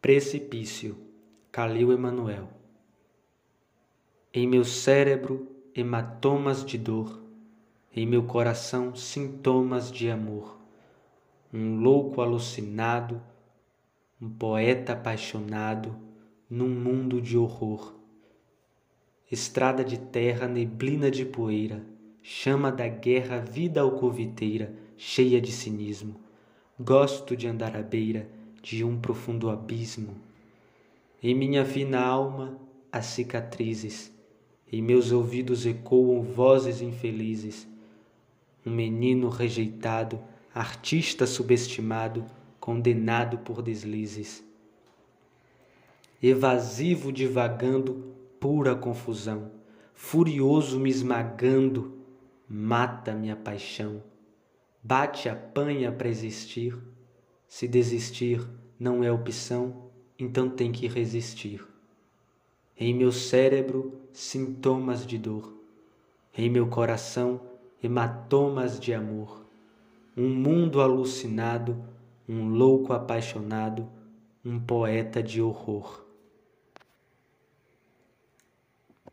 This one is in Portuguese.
Precipício, Calil Emanuel. Em meu cérebro, hematomas de dor, em meu coração, sintomas de amor. Um louco alucinado, um poeta apaixonado, num mundo de horror. Estrada de terra, neblina de poeira, chama da guerra, vida alcoviteira, cheia de cinismo. Gosto de andar à beira de um profundo abismo. Em minha fina alma, as cicatrizes, em meus ouvidos ecoam vozes infelizes. Um menino rejeitado, artista subestimado, condenado por deslizes. Evasivo divagando, pura confusão, furioso me esmagando, mata minha paixão. Bate, apanha para existir. Se desistir não é opção, então tem que resistir. Em meu cérebro, sintomas de dor. Em meu coração, hematomas de amor. Um mundo alucinado, um louco apaixonado, um poeta de horror.